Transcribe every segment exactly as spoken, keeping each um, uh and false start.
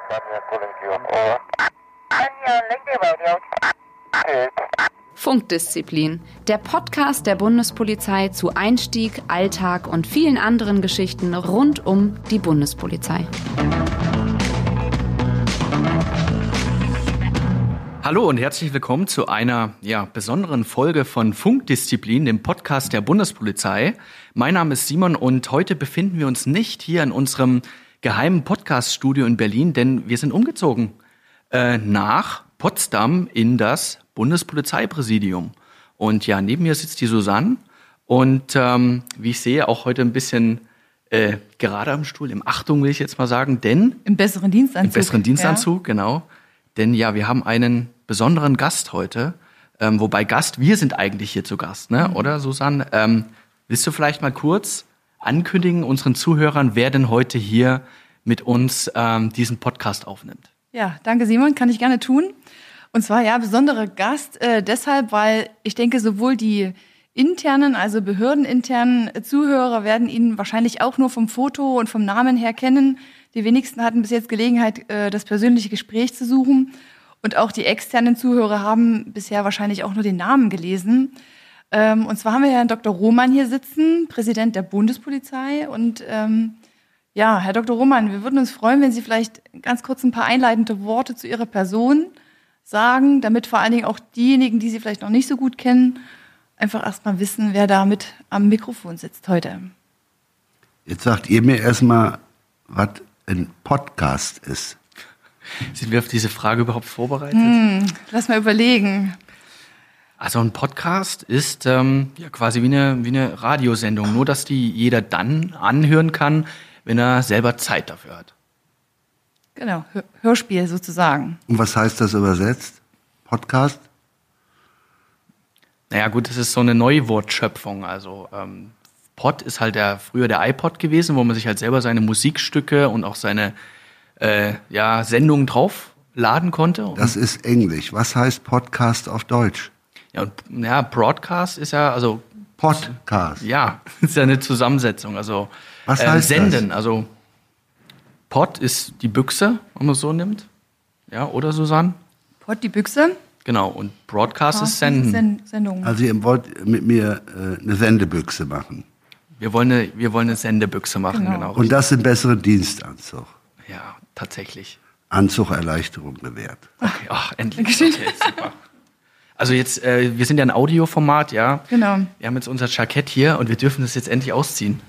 Funkdisziplin, der Podcast der Bundespolizei zu Einstieg, Alltag und vielen anderen Geschichten rund um die Bundespolizei. Hallo und herzlich willkommen zu einer ja, besonderen Folge von Funkdisziplin, dem Podcast der Bundespolizei. Mein Name ist Simon und heute befinden wir uns nicht hier in unserem geheimen Podcast-Studio in Berlin, denn wir sind umgezogen äh, nach Potsdam in das Bundespolizeipräsidium. Und ja, neben mir sitzt die Susanne und ähm, wie ich sehe, auch heute ein bisschen äh, gerade am Stuhl, im Achtung will ich jetzt mal sagen, denn... Im besseren Dienstanzug. Im besseren Dienstanzug, ja. Genau. Denn ja, wir haben einen besonderen Gast heute, ähm, wobei Gast, wir sind eigentlich hier zu Gast, ne? Mhm. Oder Susanne? Ähm, willst du vielleicht mal kurz ankündigen unseren Zuhörern, wer denn heute hier mit uns ähm, diesen Podcast aufnimmt? Ja, danke Simon, kann ich gerne tun. Und zwar, ja, besonderer Gast äh, deshalb, weil ich denke, sowohl die internen, also behördeninternen Zuhörer werden ihn wahrscheinlich auch nur vom Foto und vom Namen her kennen. Die wenigsten hatten bis jetzt Gelegenheit, äh, das persönliche Gespräch zu suchen. Und auch die externen Zuhörer haben bisher wahrscheinlich auch nur den Namen gelesen. Ähm, und zwar haben wir Herrn Doktor Roman hier sitzen, Präsident der Bundespolizei. Und ähm, ja, Herr Doktor Roman, wir würden uns freuen, wenn Sie vielleicht ganz kurz ein paar einleitende Worte zu Ihrer Person sagen, damit vor allen Dingen auch diejenigen, die Sie vielleicht noch nicht so gut kennen, einfach erstmal wissen, wer da mit am Mikrofon sitzt heute. Jetzt sagt ihr mir erstmal, was ein Podcast ist. Sind wir auf diese Frage überhaupt vorbereitet? Hm, lass mal überlegen. Also ein Podcast ist ähm, ja quasi wie eine, wie eine Radiosendung, nur dass die jeder dann anhören kann, wenn er selber Zeit dafür hat. Genau, Hörspiel sozusagen. Und was heißt das übersetzt? Podcast? Naja gut, das ist so eine Neuwortschöpfung. Also ähm, Pod ist halt der früher der iPod gewesen, wo man sich halt selber seine Musikstücke und auch seine äh, ja, Sendungen draufladen konnte. Das ist Englisch. Was heißt Podcast auf Deutsch? Ja, und, ja, Broadcast ist ja, also Podcast. Ja, ist ja eine Zusammensetzung. Also was äh, heißt Senden, das? Also Pod ist die Büchse, wenn man es so nimmt. Ja, oder Susanne? Pod die Büchse. Genau, und Broadcast ah, ist Senden. Send- Sendung. Also ihr wollt mit mir äh, eine Sendebüchse machen. Wir wollen eine, wir wollen eine Sendebüchse machen, genau. genau Und das im besseren Dienstanzug. Ja, tatsächlich. Anzugerleichterung gewährt. Okay, ach, endlich. Okay, super. Also jetzt, äh, wir sind ja ein Audioformat, ja. Genau. Wir haben jetzt unser Jackett hier und wir dürfen das jetzt endlich ausziehen.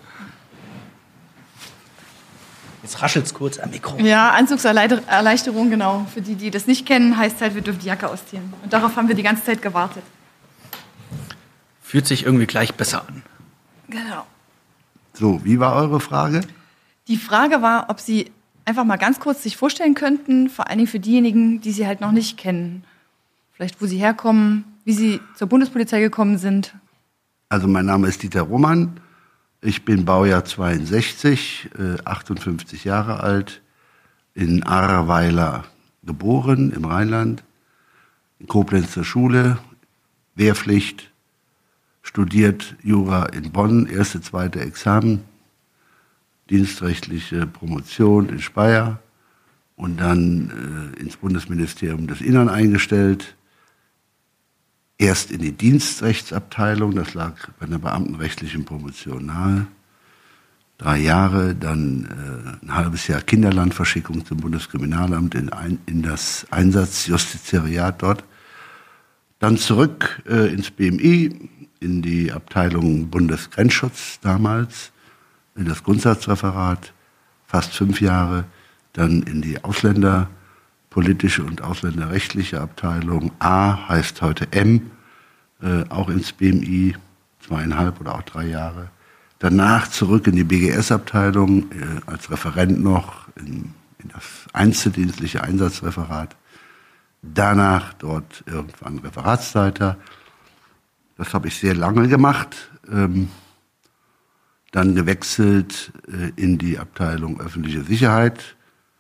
Jetzt raschelt's kurz am Mikro. Ja, Anzugserleichterung, genau. Für die, die das nicht kennen, heißt halt, wir dürfen die Jacke ausziehen. Und darauf haben wir die ganze Zeit gewartet. Fühlt sich irgendwie gleich besser an. Genau. So, wie war eure Frage? Die Frage war, ob Sie einfach mal ganz kurz sich vorstellen könnten, vor allen Dingen für diejenigen, die Sie halt noch nicht kennen. Vielleicht, wo Sie herkommen, wie Sie zur Bundespolizei gekommen sind. Also mein Name ist Dieter Roman. Ich bin Baujahr zweiundsechzig, äh, achtundfünfzig Jahre alt, in Ahrweiler geboren, im Rheinland, in Koblenz zur Schule, Wehrpflicht, studiert Jura in Bonn, erste, zweite Examen, dienstrechtliche Promotion in Speyer und dann äh, ins Bundesministerium des Innern eingestellt. Erst in die Dienstrechtsabteilung, das lag bei einer beamtenrechtlichen Promotion nahe. Drei Jahre, dann äh, ein halbes Jahr Kinderlandverschickung zum Bundeskriminalamt in, ein, in das Einsatzjustiziariat dort. Dann zurück äh, ins B M I, in die Abteilung Bundesgrenzschutz damals, in das Grundsatzreferat, fast fünf Jahre. Dann in die Ausländer politische und ausländerrechtliche Abteilung A, heißt heute M, äh, auch ins B M I, zweieinhalb oder auch drei Jahre. Danach zurück in die B G S-Abteilung, äh, als Referent noch, in, in das einzeldienstliche Einsatzreferat. Danach dort irgendwann Referatsleiter. Das habe ich sehr lange gemacht. Ähm, dann gewechselt äh, in die Abteilung öffentliche Sicherheit.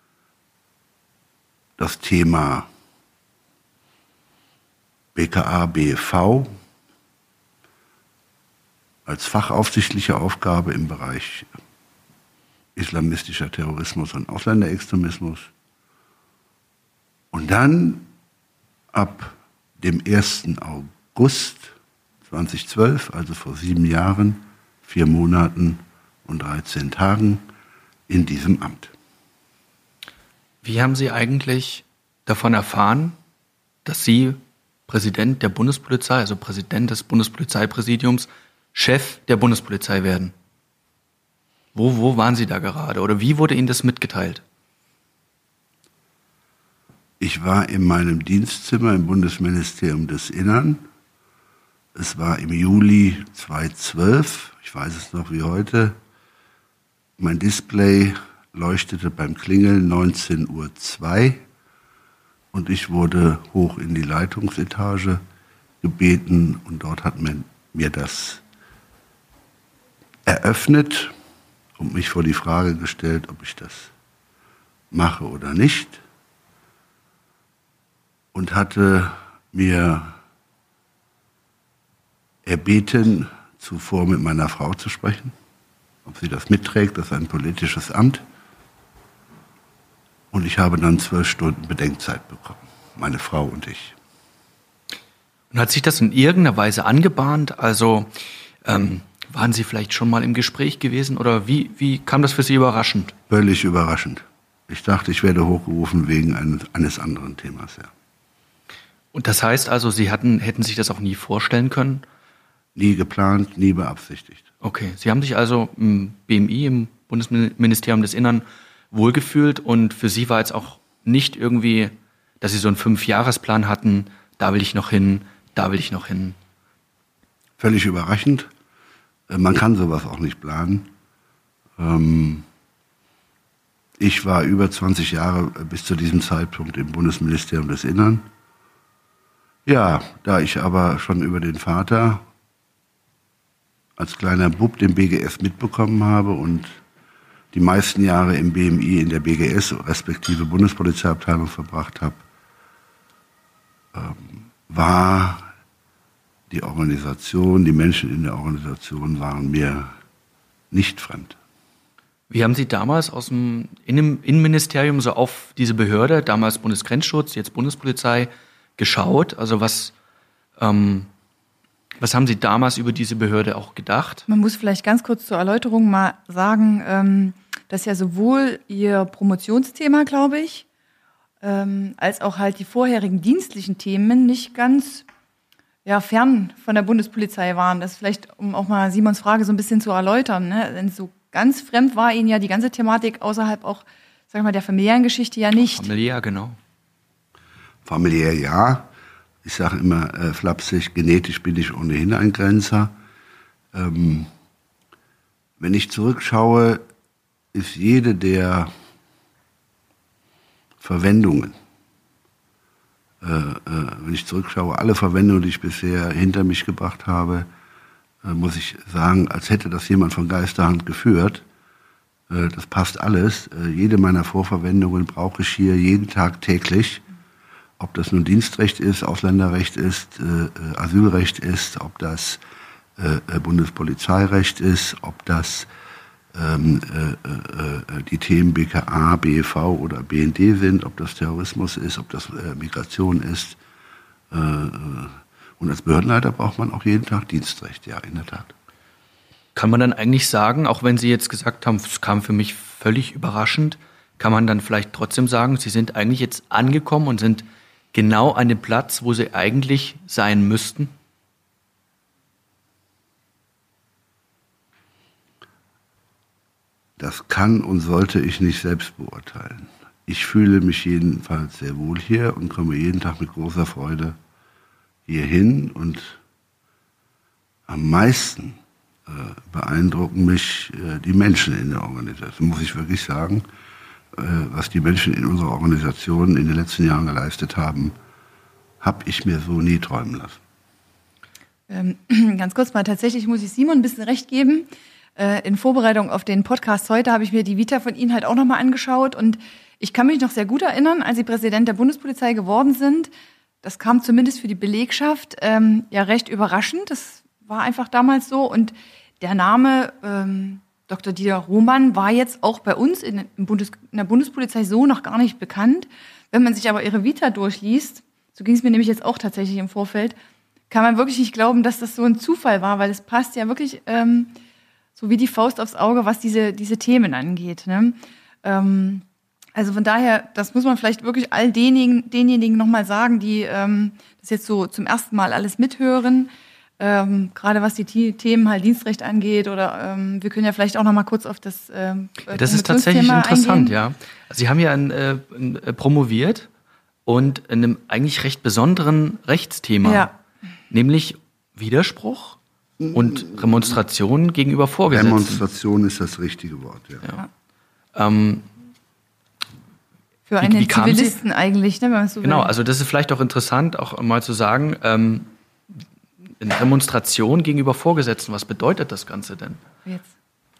Das Thema B K A B V als fachaufsichtliche Aufgabe im Bereich islamistischer Terrorismus und Ausländerextremismus. Und dann ab dem ersten August zweitausendzwölf, also vor sieben Jahren, vier Monaten und dreizehn Tagen in diesem Amt. Wie haben Sie eigentlich davon erfahren, dass Sie Präsident der Bundespolizei, also Präsident des Bundespolizeipräsidiums, Chef der Bundespolizei werden? Wo, wo waren Sie da gerade oder wie wurde Ihnen das mitgeteilt? Ich war in meinem Dienstzimmer im Bundesministerium des Innern. Es war im Juli zweitausendzwölf, ich weiß es noch wie heute. Mein Display leuchtete beim Klingeln neunzehn Uhr zwei und ich wurde hoch in die Leitungsetage gebeten und dort hat man mir das eröffnet und mich vor die Frage gestellt, ob ich das mache oder nicht, und hatte mir erbeten, zuvor mit meiner Frau zu sprechen, ob sie das mitträgt, das ist ein politisches Amt. Und ich habe dann zwölf Stunden Bedenkzeit bekommen, meine Frau und ich. Und hat sich das in irgendeiner Weise angebahnt? Also ähm, waren Sie vielleicht schon mal im Gespräch gewesen oder wie, wie kam das für Sie überraschend? Völlig überraschend. Ich dachte, ich werde hochgerufen wegen eines, eines anderen Themas, ja. Und das heißt also, Sie hatten, hätten sich das auch nie vorstellen können? Nie geplant, nie beabsichtigt. Okay, Sie haben sich also im B M I, im Bundesministerium des Innern, wohlgefühlt und für Sie war jetzt auch nicht irgendwie, dass Sie so einen Fünfjahresplan hatten, da will ich noch hin, da will ich noch hin. Völlig überraschend. Man kann sowas auch nicht planen. Ich war über zwanzig Jahre bis zu diesem Zeitpunkt im Bundesministerium des Innern. Ja, da ich aber schon über den Vater als kleiner Bub den B G S mitbekommen habe und die meisten Jahre im B M I in der B G S, respektive Bundespolizeiabteilung, verbracht habe, ähm, war die Organisation, die Menschen in der Organisation waren mir nicht fremd. Wie haben Sie damals aus dem Innenministerium so auf diese Behörde, damals Bundesgrenzschutz, jetzt Bundespolizei, geschaut? Also was, ähm, was haben Sie damals über diese Behörde auch gedacht? Man muss vielleicht ganz kurz zur Erläuterung mal sagen, ähm, dass ja sowohl Ihr Promotionsthema, glaube ich, ähm, als auch halt die vorherigen dienstlichen Themen nicht ganz ja, fern von der Bundespolizei waren. Das vielleicht, um auch mal Simons Frage so ein bisschen zu erläutern. Ne? Denn so ganz fremd war Ihnen ja die ganze Thematik außerhalb auch, sag ich mal, der familiären Geschichte ja nicht. Familiär, genau. Familiär ja. Ich sage immer äh, flapsig, genetisch bin ich ohnehin ein Grenzer. Ähm, wenn ich zurückschaue, ist jede der Verwendungen, äh, äh, wenn ich zurückschaue, alle Verwendungen, die ich bisher hinter mich gebracht habe, äh, muss ich sagen, als hätte das jemand von Geisterhand geführt. Äh, das passt alles. Äh, jede meiner Vorverwendungen brauche ich hier jeden Tag täglich. Ob das nun Dienstrecht ist, Ausländerrecht ist, äh, Asylrecht ist, ob das äh, Bundespolizeirecht ist, ob das ähm, äh, äh, die Themen B K A, B E V oder B N D sind, ob das Terrorismus ist, ob das äh, Migration ist. Äh, und als Behördenleiter braucht man auch jeden Tag Dienstrecht, ja, in der Tat. Kann man dann eigentlich sagen, auch wenn Sie jetzt gesagt haben, es kam für mich völlig überraschend, kann man dann vielleicht trotzdem sagen, Sie sind eigentlich jetzt angekommen und sind genau an dem Platz, wo Sie eigentlich sein müssten? Das kann und sollte ich nicht selbst beurteilen. Ich fühle mich jedenfalls sehr wohl hier und komme jeden Tag mit großer Freude hierhin. Und am meisten äh, beeindrucken mich äh, die Menschen in der Organisation, muss ich wirklich sagen. Was die Menschen in unserer Organisation in den letzten Jahren geleistet haben, habe ich mir so nie träumen lassen. Ähm, ganz kurz mal, tatsächlich muss ich Simon ein bisschen recht geben. Äh, in Vorbereitung auf den Podcast heute habe ich mir die Vita von Ihnen halt auch nochmal angeschaut und ich kann mich noch sehr gut erinnern, als Sie Präsident der Bundespolizei geworden sind. Das kam zumindest für die Belegschaft ähm, ja recht überraschend. Das war einfach damals so und der Name ähm, Doktor Dieter Roman war jetzt auch bei uns in, im Bundes, in der Bundespolizei so noch gar nicht bekannt. Wenn man sich aber ihre Vita durchliest, so ging es mir nämlich jetzt auch tatsächlich im Vorfeld, kann man wirklich nicht glauben, dass das so ein Zufall war, weil es passt ja wirklich ähm, so wie die Faust aufs Auge, was diese, diese Themen angeht. Ne? Ähm, also von daher, das muss man vielleicht wirklich all denjenigen, denjenigen nochmal sagen, die ähm, das jetzt so zum ersten Mal alles mithören, ähm, gerade was die T- Themen halt Dienstrecht angeht oder ähm, wir können ja vielleicht auch nochmal kurz auf das ähm, ja, das ist tatsächlich interessant, eingehen. ja. Sie haben ja ein, äh, ein, äh, promoviert und in einem eigentlich recht besonderen Rechtsthema, ja. nämlich Widerspruch und Remonstration gegenüber Vorgesetzten. Remonstration ist das richtige Wort, ja. ja. Ähm, Für einen wie, wie Zivilisten eigentlich, ne, wenn man es so Genau, will. also das ist vielleicht auch interessant, auch mal zu sagen, ähm, eine Demonstration gegenüber Vorgesetzten, was bedeutet das Ganze denn? Jetzt.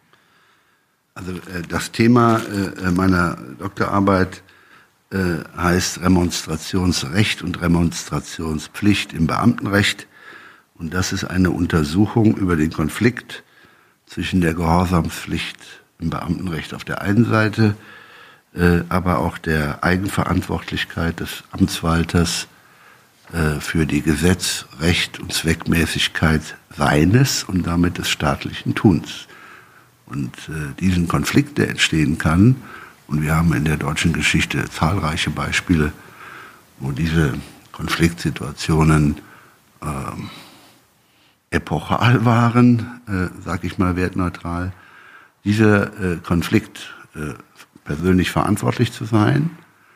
Also äh, das Thema äh, meiner Doktorarbeit äh, heißt Remonstrationsrecht und Remonstrationspflicht im Beamtenrecht. Und das ist eine Untersuchung über den Konflikt zwischen der Gehorsamspflicht im Beamtenrecht auf der einen Seite, äh, aber auch der Eigenverantwortlichkeit des Amtswalters für die Gesetz-, Recht und Zweckmäßigkeit seines und damit des staatlichen Tuns. Und äh, diesen Konflikt, der entstehen kann, und wir haben in der deutschen Geschichte zahlreiche Beispiele, wo diese Konfliktsituationen äh, epochal waren, äh, sag ich mal wertneutral, dieser äh, Konflikt äh, persönlich verantwortlich zu sein,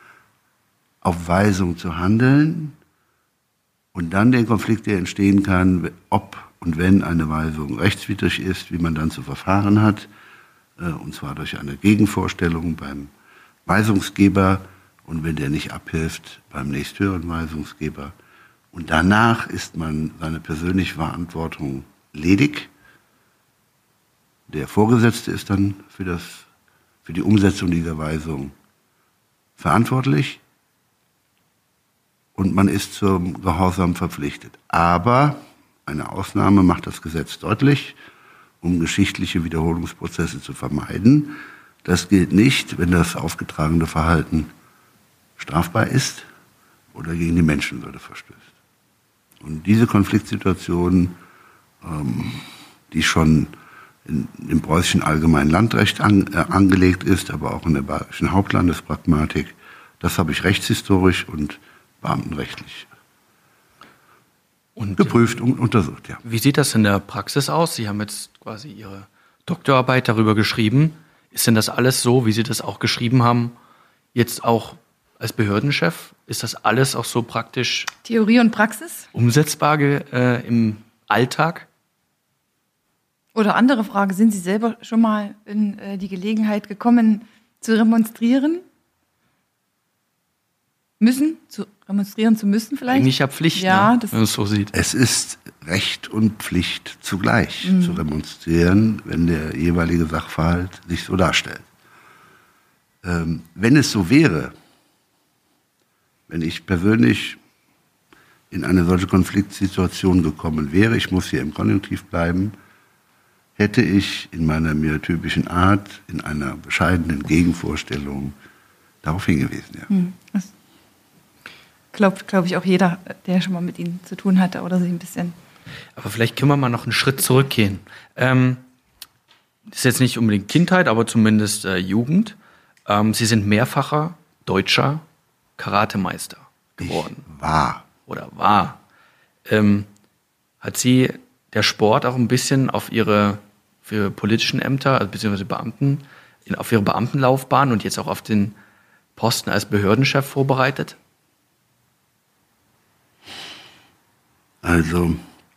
auf Weisung zu handeln, und dann den Konflikt, der entstehen kann, ob und wenn eine Weisung rechtswidrig ist, wie man dann zu verfahren hat, und zwar durch eine Gegenvorstellung beim Weisungsgeber und wenn der nicht abhilft, beim nächsthöheren Weisungsgeber. Und danach ist man seine persönliche Verantwortung ledig. Der Vorgesetzte ist dann für, das, für die Umsetzung dieser Weisung verantwortlich. Und man ist zum Gehorsam verpflichtet. Aber eine Ausnahme macht das Gesetz deutlich, um geschichtliche Wiederholungsprozesse zu vermeiden. Das gilt nicht, wenn das aufgetragene Verhalten strafbar ist oder gegen die Menschenwürde verstößt. Und diese Konfliktsituation, ähm, die schon in, im preußischen Allgemeinen Landrecht an, äh, angelegt ist, aber auch in der bayerischen Hauptlandespragmatik, das habe ich rechtshistorisch und beamtenrechtlich und geprüft und untersucht, ja. Wie sieht das in der Praxis aus? Sie haben jetzt quasi Ihre Doktorarbeit darüber geschrieben. Ist denn das alles so, wie Sie das auch geschrieben haben, jetzt auch als Behördenchef? Ist das alles auch so praktisch Theorie und Praxis umsetzbar äh, im Alltag? Oder andere Frage, sind Sie selber schon mal in äh, die Gelegenheit gekommen, zu remonstrieren? Müssen, zu remonstrieren zu müssen vielleicht? Eigentlich ja Pflicht, ja, ne, das wenn man es so sieht. Es ist Recht und Pflicht zugleich, mhm. zu remonstrieren, wenn der jeweilige Sachverhalt sich so darstellt. Ähm, wenn es so wäre, wenn ich persönlich in eine solche Konfliktsituation gekommen wäre, ich muss hier im Konjunktiv bleiben, hätte ich in meiner mir typischen Art, in einer bescheidenen Gegenvorstellung darauf hingewiesen. Ja. Mhm. Glaubt, glaube ich, auch jeder, der schon mal mit Ihnen zu tun hatte oder sich ein bisschen. Aber vielleicht können wir mal noch einen Schritt zurückgehen. Ähm, das ist jetzt nicht unbedingt Kindheit, aber zumindest äh, Jugend. Ähm, Sie sind mehrfacher deutscher Karatemeister geworden. Ich war. Oder war. Ähm, hat Sie der Sport auch ein bisschen auf Ihre für politischen Ämter, also beziehungsweise Beamten, in, auf Ihre Beamtenlaufbahn und jetzt auch auf den Posten als Behördenchef vorbereitet? Also,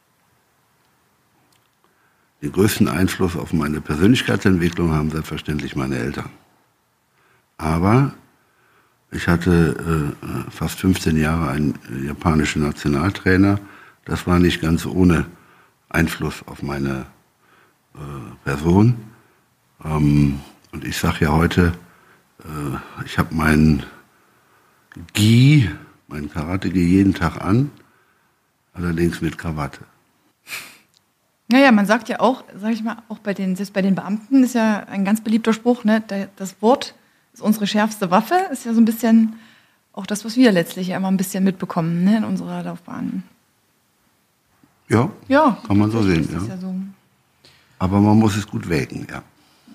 den größten Einfluss auf meine Persönlichkeitsentwicklung haben selbstverständlich meine Eltern. Aber ich hatte äh, fast fünfzehn Jahre einen äh, japanischen Nationaltrainer. Das war nicht ganz ohne Einfluss auf meine äh, Person. Ähm, und ich sage ja heute, äh, ich habe meinen Gi, meinen Karate-Gi jeden Tag an. Allerdings mit Krawatte. Naja, man sagt ja auch, sag ich mal, auch bei den, selbst bei den Beamten ist ja ein ganz beliebter Spruch, ne? Das Wort ist unsere schärfste Waffe, ist ja so ein bisschen auch das, was wir letztlich ja immer ein bisschen mitbekommen, ne, in unserer Laufbahn. Ja, Ja, kann man so sehen. ist das Ja. ja so. Aber man muss es gut wägen, ja.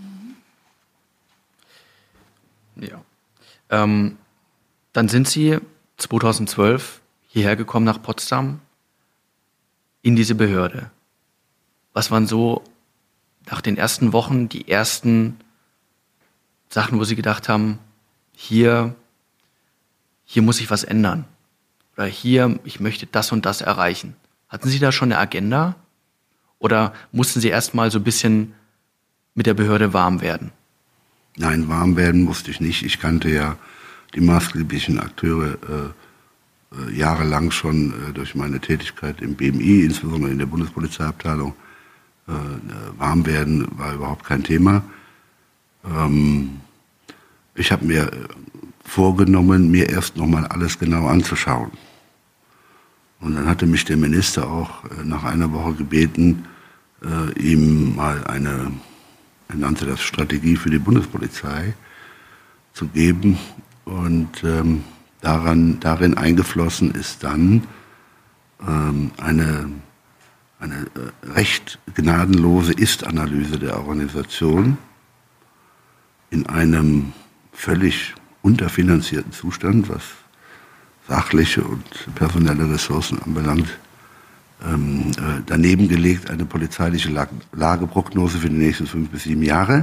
Ja. Ähm, dann sind Sie zweitausendzwölf hierher gekommen nach Potsdam in diese Behörde. Was waren so nach den ersten Wochen die ersten Sachen, wo Sie gedacht haben, hier, hier muss ich was ändern? Oder hier, ich möchte das und das erreichen. Hatten Sie da schon eine Agenda? Oder mussten Sie erst mal so ein bisschen mit der Behörde warm werden? Nein, warm werden musste ich nicht. Ich kannte ja die maßgeblichen Akteure äh, äh, jahrelang schon äh, durch meine Tätigkeit im B M I, insbesondere in der Bundespolizeiabteilung. Äh, warm werden war überhaupt kein Thema. Ähm, ich habe mir vorgenommen, mir erst nochmal alles genau anzuschauen. Und dann hatte mich der Minister auch äh, nach einer Woche gebeten, äh, ihm mal eine, er nannte das Strategie für die Bundespolizei, zu geben. Und ähm, daran, darin eingeflossen ist dann ähm, eine, eine äh, recht gnadenlose Ist-Analyse der Organisation in einem völlig unterfinanzierten Zustand, was sachliche und personelle Ressourcen anbelangt, ähm, äh, daneben gelegt eine polizeiliche Lage, Lageprognose für die nächsten fünf bis sieben Jahre.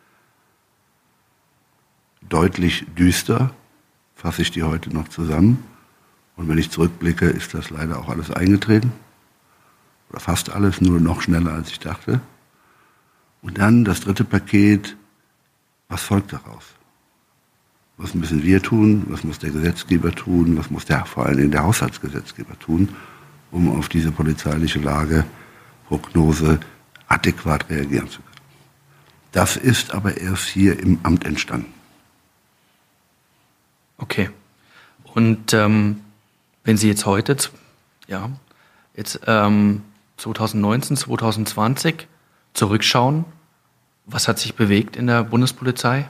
Deutlich düster, fasse ich die heute noch zusammen. Und wenn ich zurückblicke, ist das leider auch alles eingetreten. Oder fast alles, nur noch schneller, als ich dachte. Und dann das dritte Paket, was folgt daraus? Was müssen wir tun? Was muss der Gesetzgeber tun? Was muss der, vor allen Dingen der Haushaltsgesetzgeber tun, um auf diese polizeiliche Lageprognose adäquat reagieren zu können? Das ist aber erst hier im Amt entstanden. Okay. Und ähm, wenn Sie jetzt heute, ja, jetzt ähm, zweitausendneunzehn, zweitausendzwanzig zurückschauen, was hat sich bewegt in der Bundespolizei?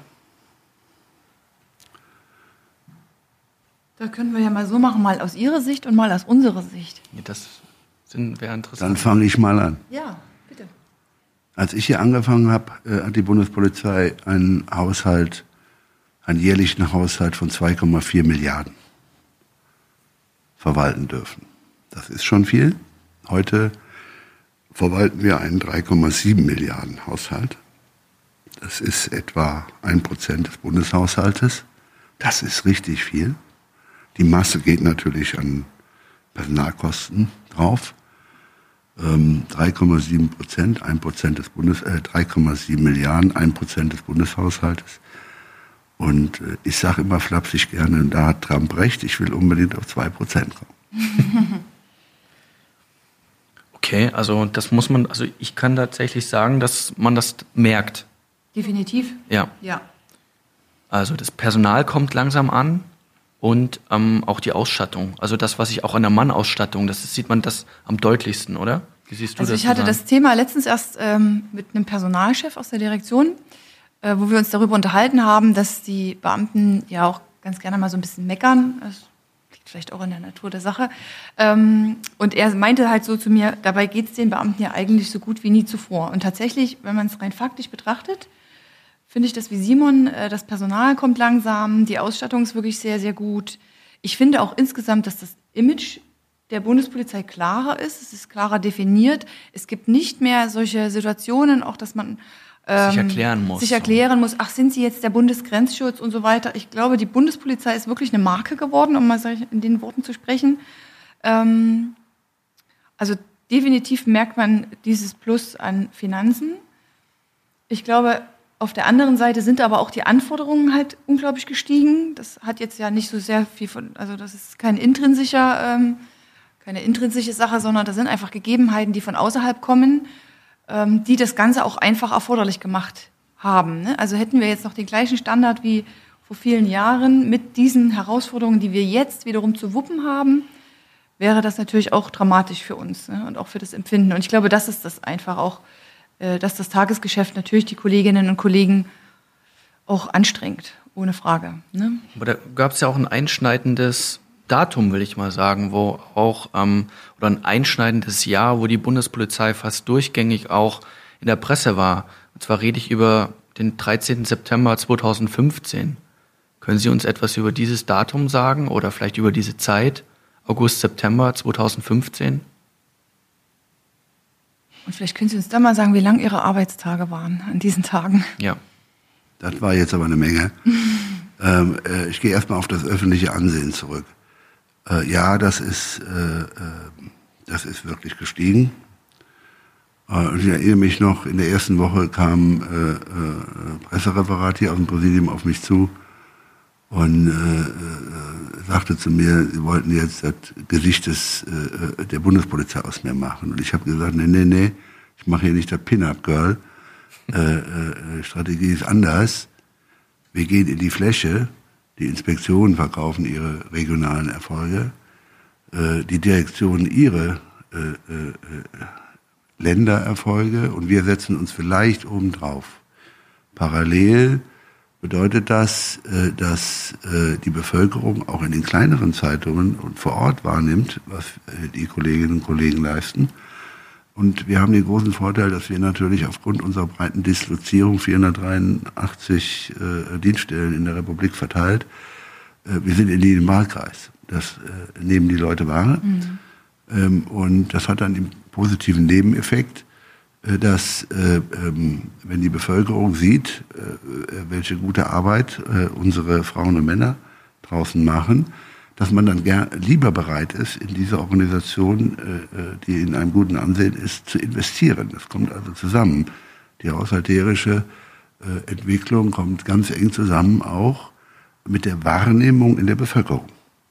Da können wir ja mal so machen, mal aus Ihrer Sicht und mal aus unserer Sicht. Ja, das wäre interessant. Dann fange ich mal an. Ja, bitte. Als ich hier angefangen habe, äh, hat die Bundespolizei einen Haushalt, einen jährlichen Haushalt von zwei Komma vier Milliarden verwalten dürfen. Das ist schon viel. Heute verwalten wir einen drei Komma sieben Milliarden Haushalt. Das ist etwa ein Prozent des Bundeshaushaltes. Das ist richtig viel. Die Masse geht natürlich an Personalkosten drauf. Ähm, drei Komma sieben Prozent, ein Prozent des Bundes, äh, drei Komma sieben Milliarden, ein Prozent des Bundeshaushaltes. Und äh, ich sage immer flapsig gerne, da hat Trump recht, ich will unbedingt auf zwei Prozent kommen. Okay, also das muss man, also ich kann tatsächlich sagen, dass man das merkt. Definitiv? Ja. Ja. Also das Personal kommt langsam an und ähm, auch die Ausstattung. Also das, was ich auch an der Mannausstattung, das ist, sieht man das am deutlichsten, oder? Wie siehst du also das? ich hatte Susanne? das Thema letztens erst ähm, mit einem Personalchef aus der Direktion, äh, wo wir uns darüber unterhalten haben, dass die Beamten ja auch ganz gerne mal so ein bisschen meckern. Das liegt vielleicht auch in der Natur der Sache. Ähm, und er meinte halt so zu mir, dabei geht es den Beamten ja eigentlich so gut wie nie zuvor. Und tatsächlich, wenn man es rein faktisch betrachtet, finde ich das wie Simon, das Personal kommt langsam, die Ausstattung ist wirklich sehr, sehr gut. Ich finde auch insgesamt, dass das Image der Bundespolizei klarer ist, es ist klarer definiert. Es gibt nicht mehr solche Situationen, auch dass man ähm, sich erklären muss. Sich erklären muss, ach, sind Sie jetzt der Bundesgrenzschutz und so weiter. Ich glaube, die Bundespolizei ist wirklich eine Marke geworden, um mal in den Worten zu sprechen. Ähm, also definitiv merkt man dieses Plus an Finanzen. Ich glaube, auf der anderen Seite sind aber auch die Anforderungen halt unglaublich gestiegen. Das hat jetzt ja nicht so sehr viel von, also das ist kein intrinsischer, ähm, keine intrinsische Sache, sondern das sind einfach Gegebenheiten, die von außerhalb kommen, ähm, die das Ganze auch einfach erforderlich gemacht haben. Ne? Also hätten wir jetzt noch den gleichen Standard wie vor vielen Jahren mit diesen Herausforderungen, die wir jetzt wiederum zu wuppen haben, wäre das natürlich auch dramatisch für uns, ne? Und auch für das Empfinden. Und ich glaube, das ist das einfach auch, äh, dass das Tagesgeschäft natürlich die Kolleginnen und Kollegen auch anstrengt, ohne Frage. Ne? Aber da gab es ja auch ein einschneidendes Datum, will ich mal sagen, wo auch, ähm, oder ein einschneidendes Jahr, wo die Bundespolizei fast durchgängig auch in der Presse war. Und zwar rede ich über den dreizehnten September zweitausendfünfzehn. Können Sie uns etwas über dieses Datum sagen oder vielleicht über diese Zeit, August, September zweitausendfünfzehn? Und vielleicht können Sie uns da mal sagen, wie lang Ihre Arbeitstage waren an diesen Tagen. Ja. Das war jetzt aber eine Menge. ähm, äh, ich gehe erstmal auf das öffentliche Ansehen zurück. Äh, ja, das ist, äh, äh, das ist wirklich gestiegen. Äh, und ich erinnere mich noch, in der ersten Woche kam äh, äh, Pressereferat hier aus dem Präsidium auf mich zu und äh, äh, sagte zu mir, sie wollten jetzt das Gesicht des, äh, der Bundespolizei aus mir machen. Und ich habe gesagt, nee, nee, nee, ich mache hier nicht das Pin-Up-Girl. Äh, äh, Strategie ist anders. Wir gehen in die Fläche, die Inspektionen verkaufen ihre regionalen Erfolge, äh, die Direktionen ihre äh, äh, Ländererfolge und wir setzen uns vielleicht obendrauf. Parallel bedeutet das, äh, dass äh, die Bevölkerung auch in den kleineren Zeitungen und vor Ort wahrnimmt, was äh, die Kolleginnen und Kollegen leisten. Und wir haben den großen Vorteil, dass wir natürlich aufgrund unserer breiten Dislozierung, vierhundertdreiundachtzig äh, Dienststellen in der Republik verteilt, äh, wir sind in jedem Wahlkreis. Das äh, nehmen die Leute wahr. Mhm. Ähm, und das hat dann den positiven Nebeneffekt, äh, dass, äh, ähm, wenn die Bevölkerung sieht, äh, welche gute Arbeit äh, unsere Frauen und Männer draußen machen, dass man dann gern, lieber bereit ist, in diese Organisation, äh, die in einem guten Ansehen ist, zu investieren. Das kommt also zusammen. Die haushalterische äh, Entwicklung kommt ganz eng zusammen auch mit der Wahrnehmung in der Bevölkerung.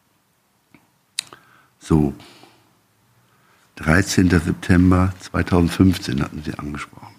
So, dreizehnten September zweitausendfünfzehn hatten Sie angesprochen.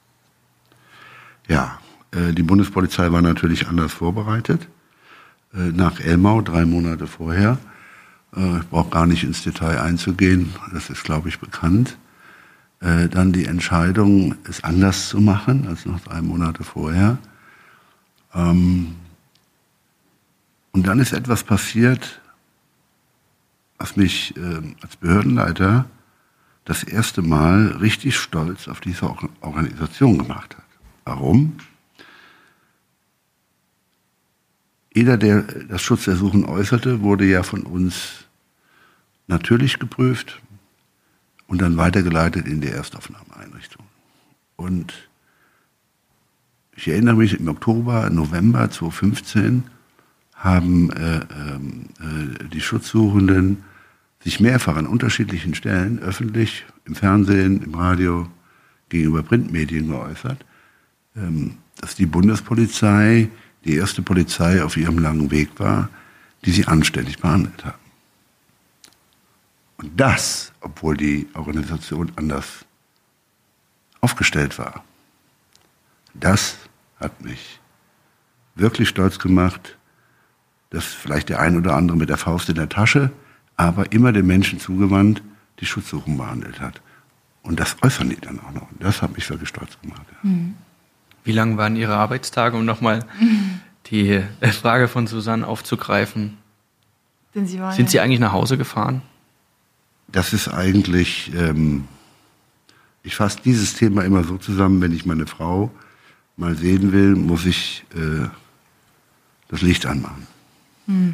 Ja, äh, die Bundespolizei war natürlich anders vorbereitet. Nach Elmau, drei Monate vorher. Ich brauche gar nicht ins Detail einzugehen, das ist, glaube ich, bekannt. Dann die Entscheidung, es anders zu machen als noch drei Monate vorher. Und dann ist etwas passiert, was mich als Behördenleiter das erste Mal richtig stolz auf diese Organisation gemacht hat. Warum? Jeder, der das Schutzersuchen äußerte, wurde ja von uns natürlich geprüft und dann weitergeleitet in die Erstaufnahmeeinrichtung. Und ich erinnere mich, im Oktober, November zweitausendfünfzehn haben äh, äh, die Schutzsuchenden sich mehrfach an unterschiedlichen Stellen, öffentlich, im Fernsehen, im Radio, gegenüber Printmedien geäußert, ähm, dass die Bundespolizei die erste Polizei auf ihrem langen Weg war, die sie anständig behandelt haben. Und das, obwohl die Organisation anders aufgestellt war. Das hat mich wirklich stolz gemacht, dass vielleicht der ein oder andere mit der Faust in der Tasche, aber immer den Menschen zugewandt, die Schutzsuchen behandelt hat. Und das äußern die dann auch noch. Und das hat mich wirklich stolz gemacht. Ja. Mhm. Wie lang waren Ihre Arbeitstage, um nochmal die Frage von Susanne aufzugreifen? Denn Sie waren Sind ja Sie eigentlich nach Hause gefahren? Das ist eigentlich, ähm, ich fasse dieses Thema immer so zusammen, wenn ich meine Frau mal sehen will, muss ich äh, das Licht anmachen. Hm.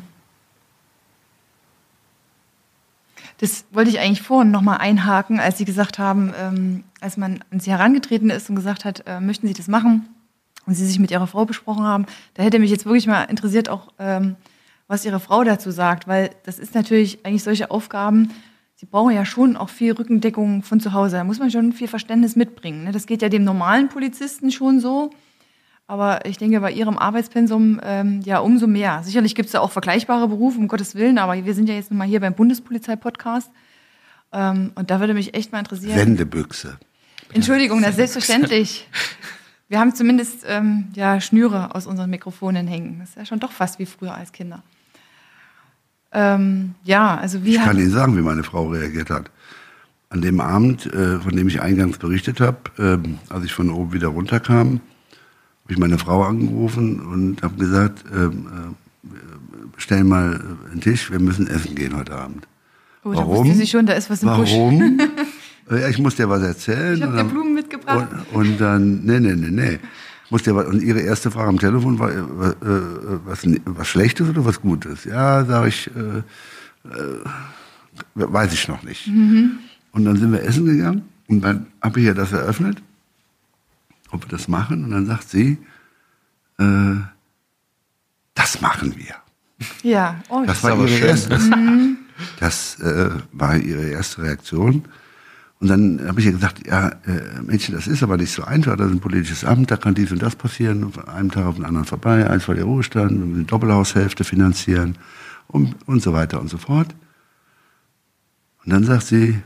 Das wollte ich eigentlich vorhin nochmal einhaken, als Sie gesagt haben, ähm, als man an Sie herangetreten ist und gesagt hat, äh, möchten Sie das machen und Sie sich mit Ihrer Frau besprochen haben, da hätte mich jetzt wirklich mal interessiert auch, ähm, was Ihre Frau dazu sagt, weil das ist natürlich eigentlich solche Aufgaben, Sie brauchen ja schon auch viel Rückendeckung von zu Hause, da muss man schon viel Verständnis mitbringen, ne? Das geht ja dem normalen Polizisten schon so, aber ich denke bei Ihrem Arbeitspensum ähm, ja umso mehr. Sicherlich gibt es ja auch vergleichbare Berufe, um Gottes Willen, aber wir sind ja jetzt nun mal hier beim Bundespolizei-Podcast. Ähm, und da würde mich echt mal interessieren. Sendebüchse. Entschuldigung, das ist selbstverständlich. Wir haben zumindest ähm, ja, Schnüre aus unseren Mikrofonen hängen. Das ist ja schon doch fast wie früher als Kinder. Ähm, ja, also wie Ich hat, kann Ihnen sagen, wie meine Frau reagiert hat. An dem Abend, äh, von dem ich eingangs berichtet habe, ähm, als ich von oben wieder runterkam, habe ich meine Frau angerufen und habe gesagt, ähm, äh, stell mal einen Tisch, wir müssen essen gehen heute Abend. oh, da Warum? wusste sie schon, da ist was im Busch. Warum? Ja, ich muss dir was erzählen. Ich habe Und dir dann- Blumen mitgebracht. Und, und dann, nee, nee, nee, nee. Muss dir was, und ihre erste Frage am Telefon war, äh, äh, was, was Schlechtes oder was Gutes? Ja, sage ich, äh, äh, weiß ich noch nicht. Mhm. Und dann sind wir essen gegangen und dann habe ich ja das eröffnet, ob wir das machen. Und dann sagt sie, äh, das machen wir. Ja, oh, Das ist war aber ihre schön. erste, das äh, war ihre erste Reaktion. Und dann habe ich ihr gesagt, ja, äh, Mädchen, das ist aber nicht so einfach. Das ist ein politisches Amt, da kann dies und das passieren. Von einem Tag auf den anderen vorbei, eins war der Ruhestand, wir müssen die Doppelhaushälfte finanzieren und, und so weiter und so fort. Und dann sagt sie,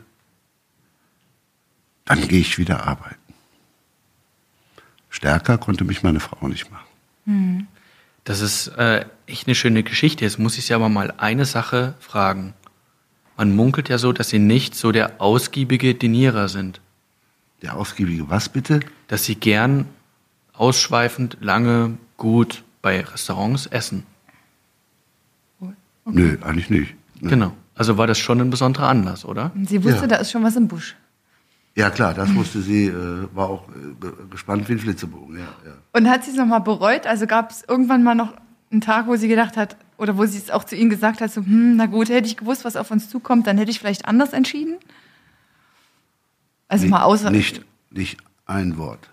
dann gehe ich wieder arbeiten. Stärker konnte mich meine Frau nicht machen. Das ist äh, echt eine schöne Geschichte. Jetzt muss ich Sie aber mal eine Sache fragen. Man munkelt ja so, dass Sie nicht so der ausgiebige Denierer sind. Der ausgiebige was bitte? Dass Sie gern ausschweifend, lange, gut bei Restaurants essen. Nö, eigentlich nicht. Nö. Genau. Also war das schon ein besonderer Anlass, oder? sie wusste, Ja. da ist schon was im Busch. Ja klar, das wusste sie, äh, war auch äh, ge- gespannt wie ein Flitzebogen. Ja, ja. Und hat sie es nochmal bereut? Also gab es irgendwann mal noch einen Tag, wo sie gedacht hat, oder wo sie es auch zu Ihnen gesagt hat, so, hm, na gut, hätte ich gewusst, was auf uns zukommt, dann hätte ich vielleicht anders entschieden? Also Nicht- mal außer... Nicht, nicht ein Wort.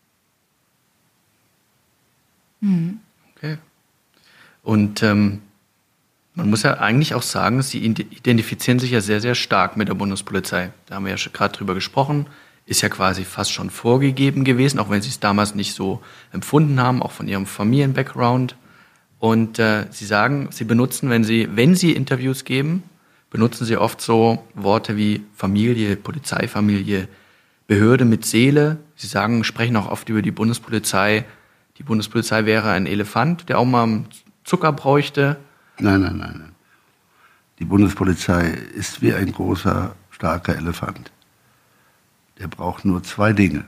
Okay. Und ähm, man muss ja eigentlich auch sagen, Sie identifizieren sich ja sehr, sehr stark mit der Bundespolizei. Da haben wir ja schon gerade drüber gesprochen. Ist ja quasi fast schon vorgegeben gewesen, auch wenn Sie es damals nicht so empfunden haben, auch von Ihrem Familien-Background. Und äh, Sie sagen, Sie benutzen, wenn Sie, wenn Sie Interviews geben, benutzen Sie oft so Worte wie Familie, Polizeifamilie, Behörde mit Seele. Sie sagen, sprechen auch oft über die Bundespolizei. Die Bundespolizei wäre ein Elefant, der auch mal Zucker bräuchte. Nein, nein, nein, nein. Die Bundespolizei ist wie ein großer, starker Elefant. Der braucht nur zwei Dinge.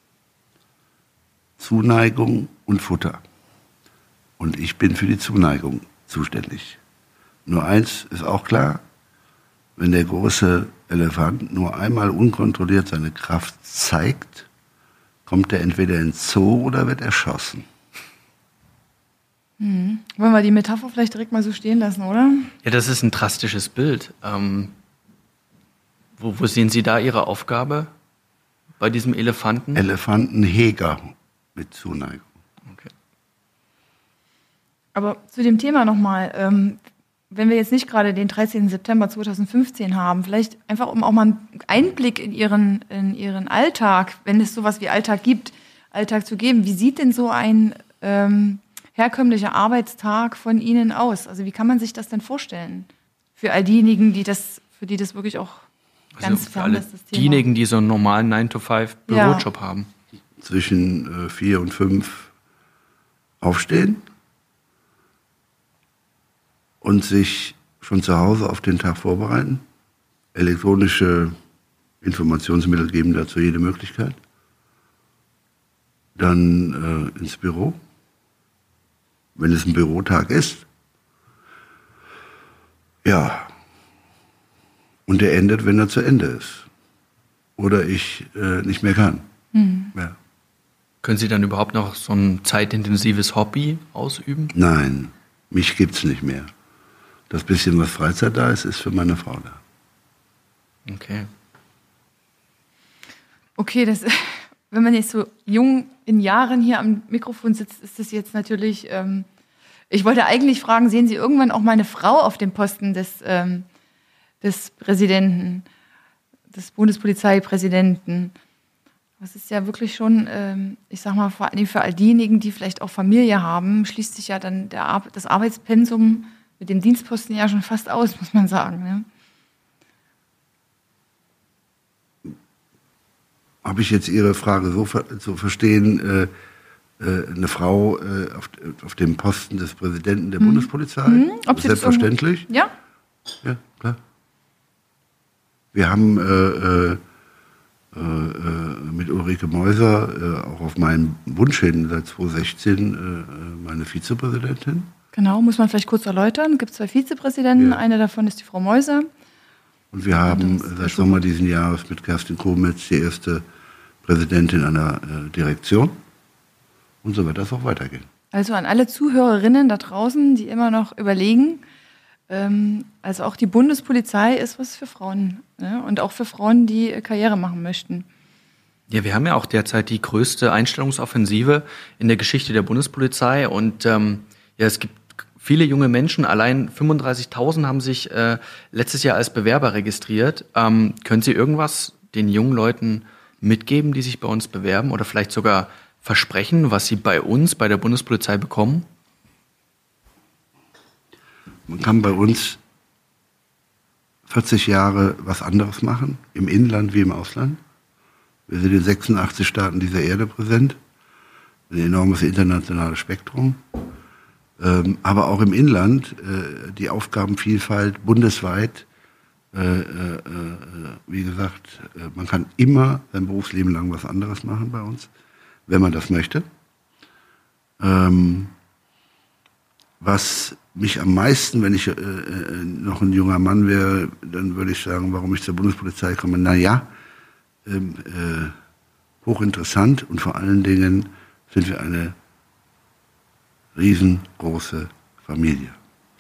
Zuneigung und Futter. Und ich bin für die Zuneigung zuständig. Nur eins ist auch klar, wenn der große Elefant nur einmal unkontrolliert seine Kraft zeigt, kommt er entweder ins Zoo oder wird erschossen. Wollen wir die Metapher vielleicht direkt mal so stehen lassen, oder? Ja, das ist ein drastisches Bild. Ähm, wo, wo sehen Sie da Ihre Aufgabe bei diesem Elefanten? Elefantenheger mit Zuneigung. Okay. Aber zu dem Thema nochmal, ähm, wenn wir jetzt nicht gerade den dreizehnten September zweitausendfünfzehn haben, vielleicht einfach um auch mal einen Einblick in Ihren, in Ihren Alltag, wenn es sowas wie Alltag gibt, Alltag zu geben. Wie sieht denn so ein ähm, herkömmlicher Arbeitstag von Ihnen aus? Also wie kann man sich das denn vorstellen? Für all diejenigen, die das, für die das wirklich auch ganz Also für fern alle ist, das Thema. diejenigen, die so einen normalen nine to five Ja. Bürojob haben. Zwischen äh, vier und fünf aufstehen und sich schon zu Hause auf den Tag vorbereiten. Elektronische Informationsmittel geben dazu jede Möglichkeit. Dann äh, ins Büro, wenn es ein Bürotag ist. Ja. Und der endet, wenn er zu Ende ist. Oder ich äh, nicht mehr kann. Ja. Können Sie dann überhaupt noch so ein zeitintensives Hobby ausüben? Nein, mich gibt's nicht mehr. Das bisschen, was Freizeit da ist, ist für meine Frau da. Okay. Okay, das, wenn man jetzt so jung in Jahren hier am Mikrofon sitzt, ist das jetzt natürlich, ähm, ich wollte eigentlich fragen, sehen Sie irgendwann auch mal eine Frau auf dem Posten des, ähm, des Präsidenten, des Bundespolizeipräsidenten? Das ist ja wirklich schon, ähm, ich sag mal, vor allem für all diejenigen, die vielleicht auch Familie haben, schließt sich ja dann der Ar- das Arbeitspensum mit dem Dienstposten ja schon fast aus, muss man sagen. Ne? Habe ich jetzt Ihre Frage so ver zu verstehen, äh, äh, eine Frau äh, auf, auf dem Posten des Präsidenten der Bundespolizei? Mhm. Ob Sie das Selbstverständlich. irgendwo- Ja? Ja, klar. Wir haben äh, äh, äh, mit Ulrike Meuser äh, auch auf meinen Wunsch hin seit zweitausendsechzehn äh, meine Vizepräsidentin. Genau, muss man vielleicht kurz erläutern. Es gibt zwei Vizepräsidenten, Ja. eine davon ist die Frau Meuser. Und wir haben das ist seit Sommer diesen Jahres mit Kerstin Komitz die erste Präsidentin einer äh, Direktion. Und so wird das auch weitergehen. Also an alle Zuhörerinnen da draußen, die immer noch überlegen, ähm, also auch die Bundespolizei ist was für Frauen, ne? Und auch für Frauen, die Karriere machen möchten. Ja, wir haben ja auch derzeit die größte Einstellungsoffensive in der Geschichte der Bundespolizei und ähm, ja, es gibt viele junge Menschen, allein fünfunddreißigtausend haben sich äh, letztes Jahr als Bewerber registriert. Ähm, können Sie irgendwas den jungen Leuten mitgeben, die sich bei uns bewerben oder vielleicht sogar versprechen, was sie bei uns, bei der Bundespolizei bekommen? Man kann bei uns vierzig Jahre was anderes machen, im Inland wie im Ausland. Wir sind in sechsundachtzig Staaten dieser Erde präsent, ein enormes internationales Spektrum. Ähm, aber auch im Inland äh, die Aufgabenvielfalt bundesweit. Äh, äh, wie gesagt, äh, man kann immer sein Berufsleben lang was anderes machen bei uns, wenn man das möchte. Ähm, was mich am meisten, wenn ich äh, noch ein junger Mann wäre, dann würde ich sagen, warum ich zur Bundespolizei komme. Naja, ähm, äh, hochinteressant und vor allen Dingen sind wir eine riesengroße Familie.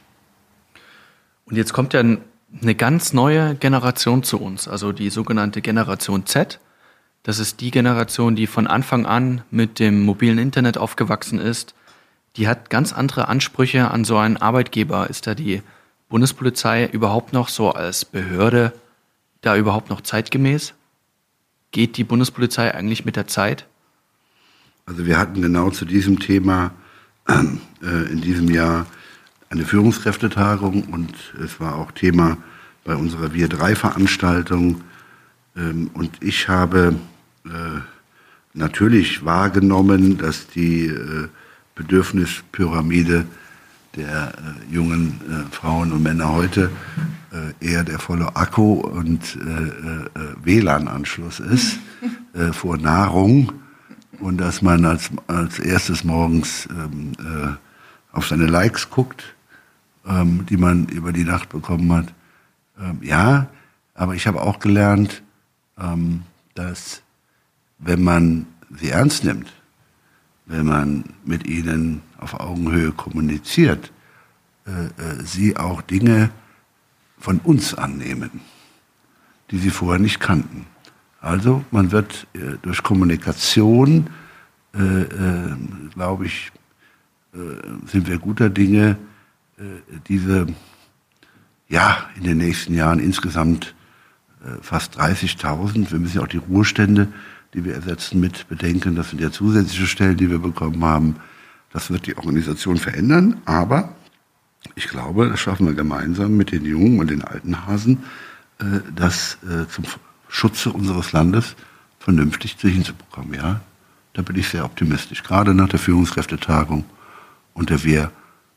Und jetzt kommt ja eine ganz neue Generation zu uns, also die sogenannte Generation Z. Das ist die Generation, die von Anfang an mit dem mobilen Internet aufgewachsen ist. Die hat ganz andere Ansprüche an so einen Arbeitgeber. Ist da die Bundespolizei überhaupt noch so als Behörde da überhaupt noch zeitgemäß? Geht die Bundespolizei eigentlich mit der Zeit? Also wir hatten genau zu diesem Thema äh, in diesem Jahr eine Führungskräftetagung und es war auch Thema bei unserer Wir drei Veranstaltung. Ähm, und ich habe äh, natürlich wahrgenommen, dass die äh, Bedürfnispyramide der äh, jungen äh, Frauen und Männer heute äh, eher der volle Akku und äh, äh, W L A N-Anschluss ist äh, vor Nahrung und dass man als, als erstes morgens ähm, äh, auf seine Likes guckt, ähm, die man über die Nacht bekommen hat. Ähm, ja, aber ich habe auch gelernt, ähm, dass wenn man sie ernst nimmt, wenn man mit ihnen auf Augenhöhe kommuniziert, äh, äh, sie auch Dinge von uns annehmen, die sie vorher nicht kannten. Also man wird äh, durch Kommunikation, äh, äh, glaube ich, äh, sind wir guter Dinge, äh, diese, ja, in den nächsten Jahren insgesamt äh, fast dreißigtausend, wir müssen ja auch die Ruhestände, die wir ersetzen, mit bedenken. Das sind ja zusätzliche Stellen, die wir bekommen haben. Das wird die Organisation verändern, aber ich glaube, das schaffen wir gemeinsam mit den jungen und den alten Hasen, äh, das äh, zum Schutze unseres Landes vernünftig hinzubekommen. Ja? Da bin ich sehr optimistisch, gerade nach der Führungskräftetagung und der Wir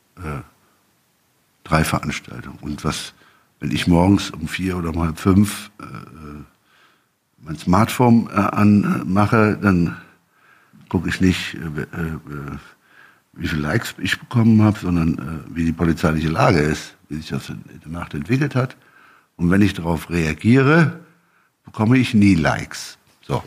drei Veranstaltung. Und was, wenn ich morgens um vier oder um halb fünf äh, mein Smartphone äh, anmache, dann gucke ich nicht, äh, äh, wie viele Likes ich bekommen habe, sondern äh, wie die polizeiliche Lage ist, wie sich das in der Nacht entwickelt hat. Und wenn ich darauf reagiere, bekomme ich nie Likes. So.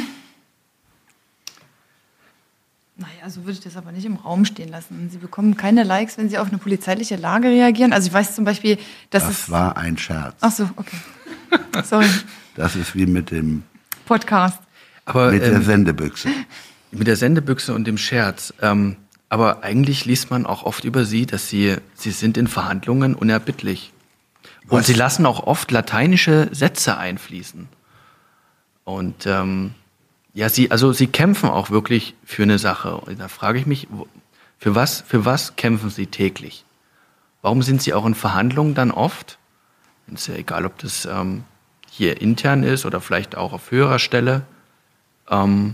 Naja, so würde ich das aber nicht im Raum stehen lassen. Sie bekommen keine Likes, wenn Sie auf eine polizeiliche Lage reagieren. Also ich weiß zum Beispiel, dass das es... Das war ein Scherz. Ach so, okay. Sorry. Das ist wie mit dem Podcast. Aber, mit ähm, der Sendebüchse. Mit der Sendebüchse und dem Scherz. Ähm, aber eigentlich liest man auch oft über Sie, dass Sie, Sie sind in Verhandlungen unerbittlich. Und Was? Sie lassen auch oft lateinische Sätze einfließen. Und ähm, ja, Sie, also Sie kämpfen auch wirklich für eine Sache. Und da frage ich mich, für was, für was kämpfen Sie täglich? Warum sind Sie auch in Verhandlungen dann oft? Ist ja egal, ob das ähm, hier intern ist oder vielleicht auch auf höherer Stelle. Ähm,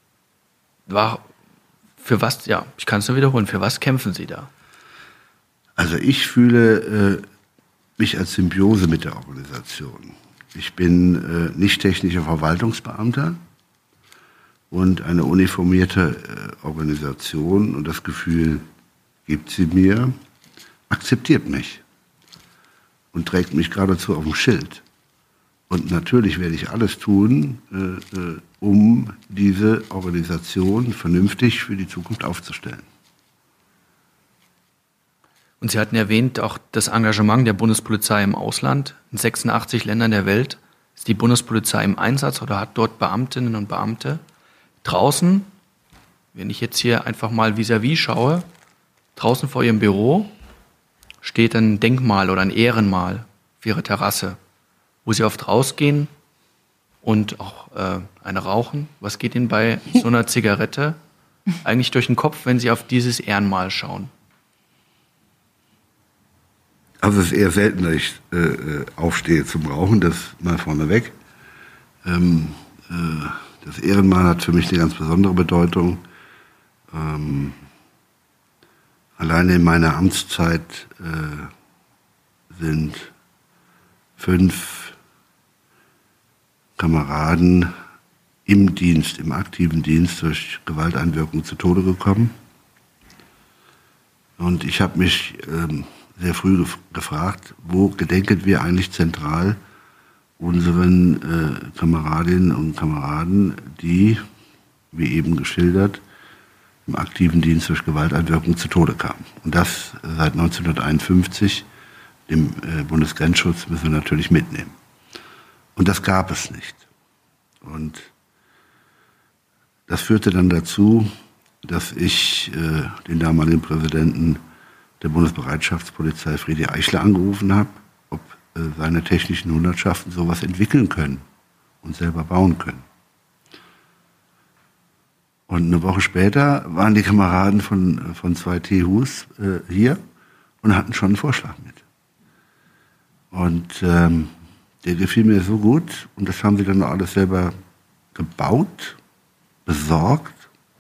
war, für was, ja, ich kann es nur wiederholen, für was kämpfen Sie da? Also ich fühle äh, mich als Symbiose mit der Organisation. Ich bin äh, nicht technischer Verwaltungsbeamter und eine uniformierte äh, Organisation, und das Gefühl gibt sie mir, akzeptiert mich und trägt mich geradezu auf dem Schild. Und natürlich werde ich alles tun, äh, äh, um diese Organisation vernünftig für die Zukunft aufzustellen. Und Sie hatten erwähnt, auch das Engagement der Bundespolizei im Ausland. In sechsundachtzig Ländern der Welt ist die Bundespolizei im Einsatz oder hat dort Beamtinnen und Beamte. Draußen, wenn ich jetzt hier einfach mal vis-à-vis schaue, draußen vor Ihrem Büro steht ein Denkmal oder ein Ehrenmal für Ihre Terrasse, wo Sie oft rausgehen und auch äh, eine rauchen. Was geht Ihnen bei so einer Zigarette eigentlich durch den Kopf, wenn Sie auf dieses Ehrenmal schauen? Also es ist eher selten, dass ich äh, aufstehe zum Rauchen, das mal vorneweg. Ähm, äh, das Ehrenmal hat für mich eine ganz besondere Bedeutung. Ähm, alleine in meiner Amtszeit äh, sind fünf Kameraden im Dienst, im aktiven Dienst durch Gewalteinwirkung zu Tode gekommen. Und ich habe mich ähm, sehr früh gef- gefragt, wo gedenken wir eigentlich zentral unseren äh, Kameradinnen und Kameraden, die, wie eben geschildert, im aktiven Dienst durch Gewalteinwirkung zu Tode kamen. Und das seit neunzehnhunderteinundfünfzig, dem äh, Bundesgrenzschutz, müssen wir natürlich mitnehmen. Und das gab es nicht. Und das führte dann dazu, dass ich äh, den damaligen Präsidenten der Bundesbereitschaftspolizei, Friedi Eichler, angerufen habe, ob äh, seine technischen Hundertschaften sowas entwickeln können und selber bauen können. Und eine Woche später waren die Kameraden von, von zwei T Hus äh, hier und hatten schon einen Vorschlag mit. Und ähm, der gefiel mir so gut, und das haben sie dann auch alles selber gebaut, besorgt,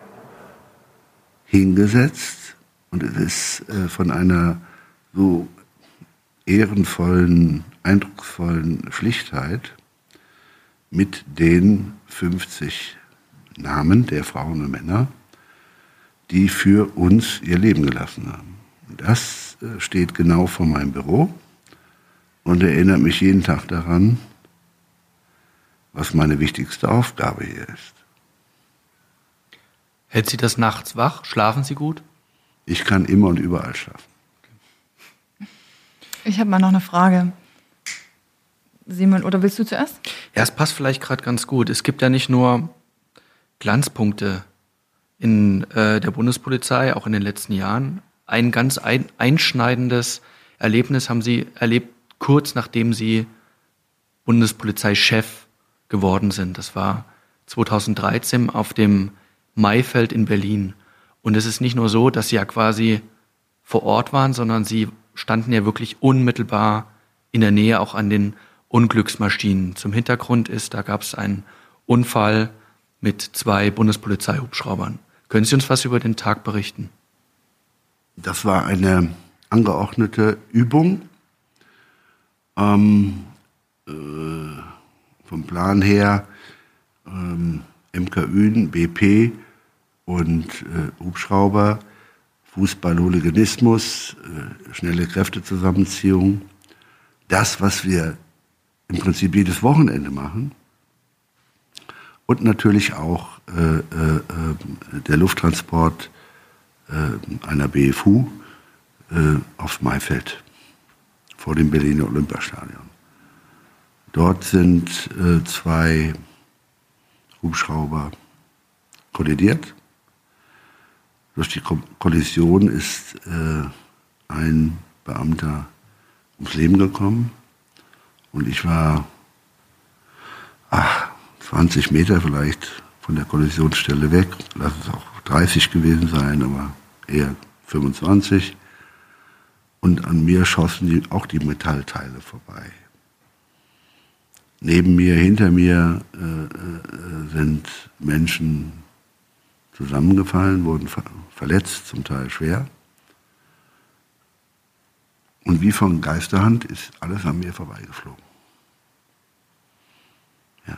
hingesetzt. Und es ist äh, von einer so ehrenvollen, eindrucksvollen Schlichtheit mit den fünfzig Namen der Frauen und Männer, die für uns ihr Leben gelassen haben. Das äh, steht genau vor meinem Büro und erinnert mich jeden Tag daran, was meine wichtigste Aufgabe hier ist. Hält Sie das nachts wach? Schlafen Sie gut? Ich kann immer und überall schlafen. Ich habe mal noch eine Frage. Simon, oder willst du zuerst? Ja, es passt vielleicht gerade ganz gut. Es gibt ja nicht nur Glanzpunkte in äh, der Bundespolizei, auch in den letzten Jahren. Ein ganz ein, einschneidendes Erlebnis haben Sie erlebt, kurz nachdem Sie Bundespolizeichef geworden sind. Das war zweitausenddreizehn auf dem Maifeld in Berlin. Und es ist nicht nur so, dass Sie ja quasi vor Ort waren, sondern Sie standen ja wirklich unmittelbar in der Nähe auch an den Unglücksmaschinen. Zum Hintergrund ist, da gab es einen Unfall mit zwei Bundespolizeihubschraubern. Können Sie uns was über den Tag berichten? Das war eine angeordnete Übung. Ähm, äh, vom Plan her ähm, M K Ü, B P und äh, Hubschrauber, Fußball-Hooliganismus, äh, schnelle Kräftezusammenziehung. Das, was wir im Prinzip jedes Wochenende machen. Und natürlich auch äh, äh, der Lufttransport äh, einer B F U äh, aufs Maifeld vor dem Berliner Olympiastadion. Dort sind äh, zwei Hubschrauber kollidiert. Durch die Kollision ist äh, ein Beamter ums Leben gekommen. Und ich war ach, zwanzig Meter vielleicht von der Kollisionsstelle weg. Lass es auch dreißig gewesen sein, aber eher fünfundzwanzig. Und an mir schossen die, auch die Metallteile vorbei. Neben mir, hinter mir äh, äh, sind Menschen zusammengefallen, wurden ver- verletzt, zum Teil schwer. Und wie von Geisterhand ist alles an mir vorbeigeflogen. Ja.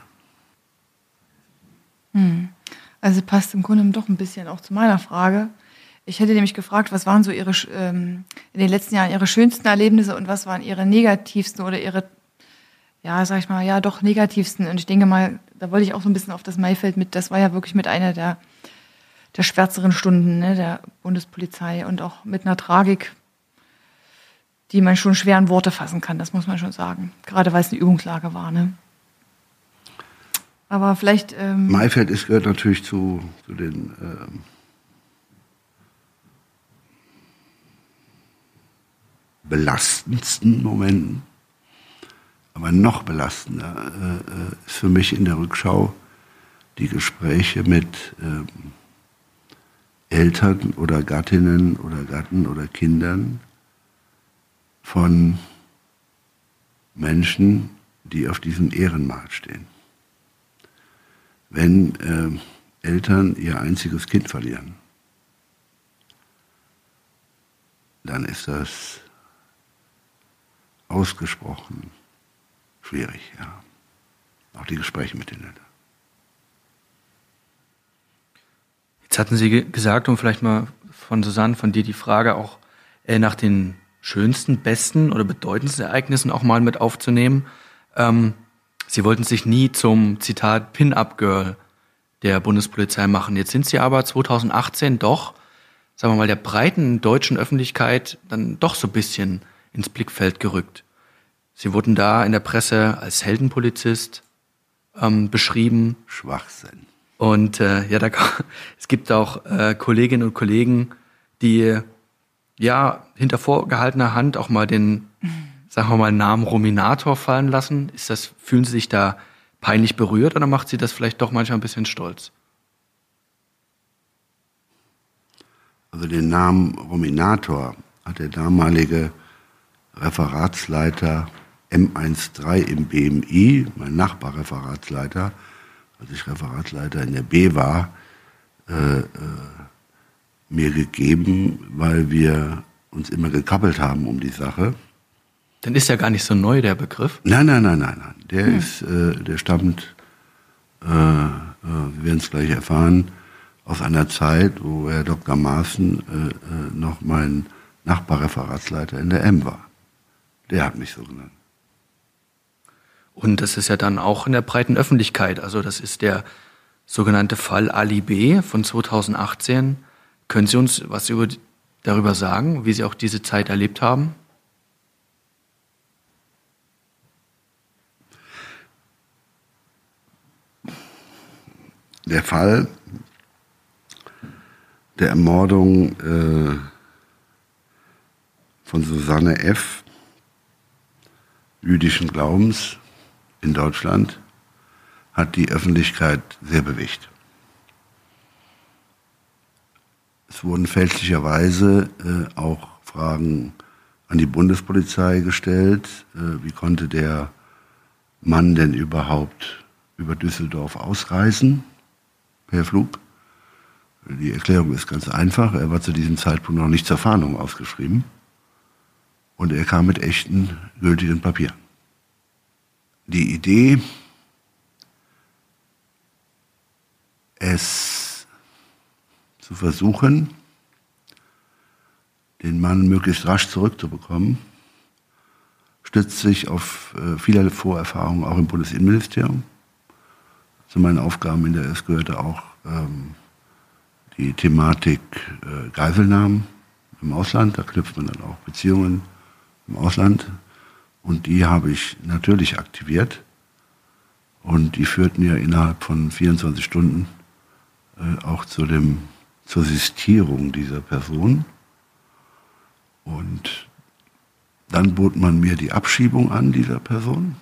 Hm. Also passt im Grunde doch ein bisschen auch zu meiner Frage. Ich hätte nämlich gefragt, was waren so Ihre ähm, in den letzten Jahren Ihre schönsten Erlebnisse und was waren Ihre negativsten oder Ihre, ja, sag ich mal, ja, doch negativsten. Und ich denke mal, da wollte ich auch so ein bisschen auf das Maifeld mit, das war ja wirklich mit einer der, der schwärzeren Stunden, ne, der Bundespolizei und auch mit einer Tragik, die man schon schwer in Worte fassen kann, das muss man schon sagen. Gerade weil es eine Übungslage war, ne. Aber vielleicht... Ähm Maifeld ist, gehört natürlich zu, zu den... Ähm belastendsten Momenten. Aber noch belastender äh, ist für mich in der Rückschau die Gespräche mit äh, Eltern oder Gattinnen oder Gatten oder Kindern von Menschen, die auf diesem Ehrenmal stehen. Wenn äh, Eltern ihr einziges Kind verlieren, dann ist das ausgesprochen schwierig, ja. Auch die Gespräche mit den Eltern. Jetzt hatten Sie ge- gesagt, und vielleicht mal von Susanne, von dir die Frage auch äh, nach den schönsten, besten oder bedeutendsten Ereignissen auch mal mit aufzunehmen. Ähm, Sie wollten sich nie zum, Zitat, Pin-Up-Girl der Bundespolizei machen. Jetzt sind Sie aber zwanzig achtzehn doch, sagen wir mal, der breiten deutschen Öffentlichkeit dann doch so ein bisschen ins Blickfeld gerückt. Sie wurden da in der Presse als Heldenpolizist ähm, beschrieben. Schwachsinn. Und äh, ja, da, es gibt auch äh, Kolleginnen und Kollegen, die ja hinter vorgehaltener Hand auch mal den, sagen wir mal, Namen Ruminator fallen lassen. Ist das, fühlen Sie sich da peinlich berührt oder macht Sie das vielleicht doch manchmal ein bisschen stolz? Also den Namen Ruminator hat der damalige Referatsleiter M dreizehn im B M I, mein Nachbarreferatsleiter, als ich Referatsleiter in der B war, äh, äh, mir gegeben, weil wir uns immer gekappelt haben um die Sache. Dann ist ja gar nicht so neu, der Begriff. Nein, nein, nein, nein, nein. Der hm. ist, äh, der stammt, äh, äh, wir werden es gleich erfahren, aus einer Zeit, wo Herr Doktor Maaßen äh, äh, noch mein Nachbarreferatsleiter in der M war. Der hat mich so genannt. Und das ist ja dann auch in der breiten Öffentlichkeit. Also das ist der sogenannte Fall Ali B. von zwanzig achtzehn. Können Sie uns was über, darüber sagen, wie Sie auch diese Zeit erlebt haben? Der Fall der Ermordung äh, von Susanne F., jüdischen Glaubens in Deutschland, hat die Öffentlichkeit sehr bewegt. Es wurden fälschlicherweise äh, auch Fragen an die Bundespolizei gestellt. Äh, wie konnte der Mann denn überhaupt über Düsseldorf ausreisen per Flug? Die Erklärung ist ganz einfach. Er war zu diesem Zeitpunkt noch nicht zur Fahndung ausgeschrieben. Und er kam mit echten, gültigen Papieren. Die Idee, es zu versuchen, den Mann möglichst rasch zurückzubekommen, stützt sich auf äh, viele Vorerfahrungen auch im Bundesinnenministerium. Zu meinen Aufgaben in der S gehörte auch ähm, die Thematik äh, Geiselnahmen im Ausland. Da knüpft man dann auch Beziehungen im Ausland. Und die habe ich natürlich aktiviert. Und die führten ja innerhalb von vierundzwanzig Stunden äh, auch zu dem, zur Sistierung dieser Person. Und dann bot man mir die Abschiebung an dieser Person.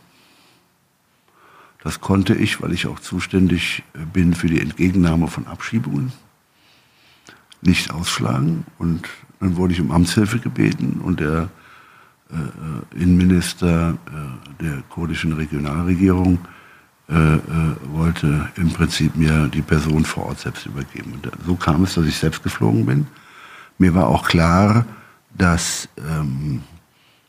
Das konnte ich, weil ich auch zuständig bin für die Entgegennahme von Abschiebungen, nicht ausschlagen. Und dann wurde ich um Amtshilfe gebeten und der äh, Innenminister äh, der kurdischen Regionalregierung äh, äh, wollte im Prinzip mir die Person vor Ort selbst übergeben. Und so kam es, dass ich selbst geflogen bin. Mir war auch klar, dass ähm,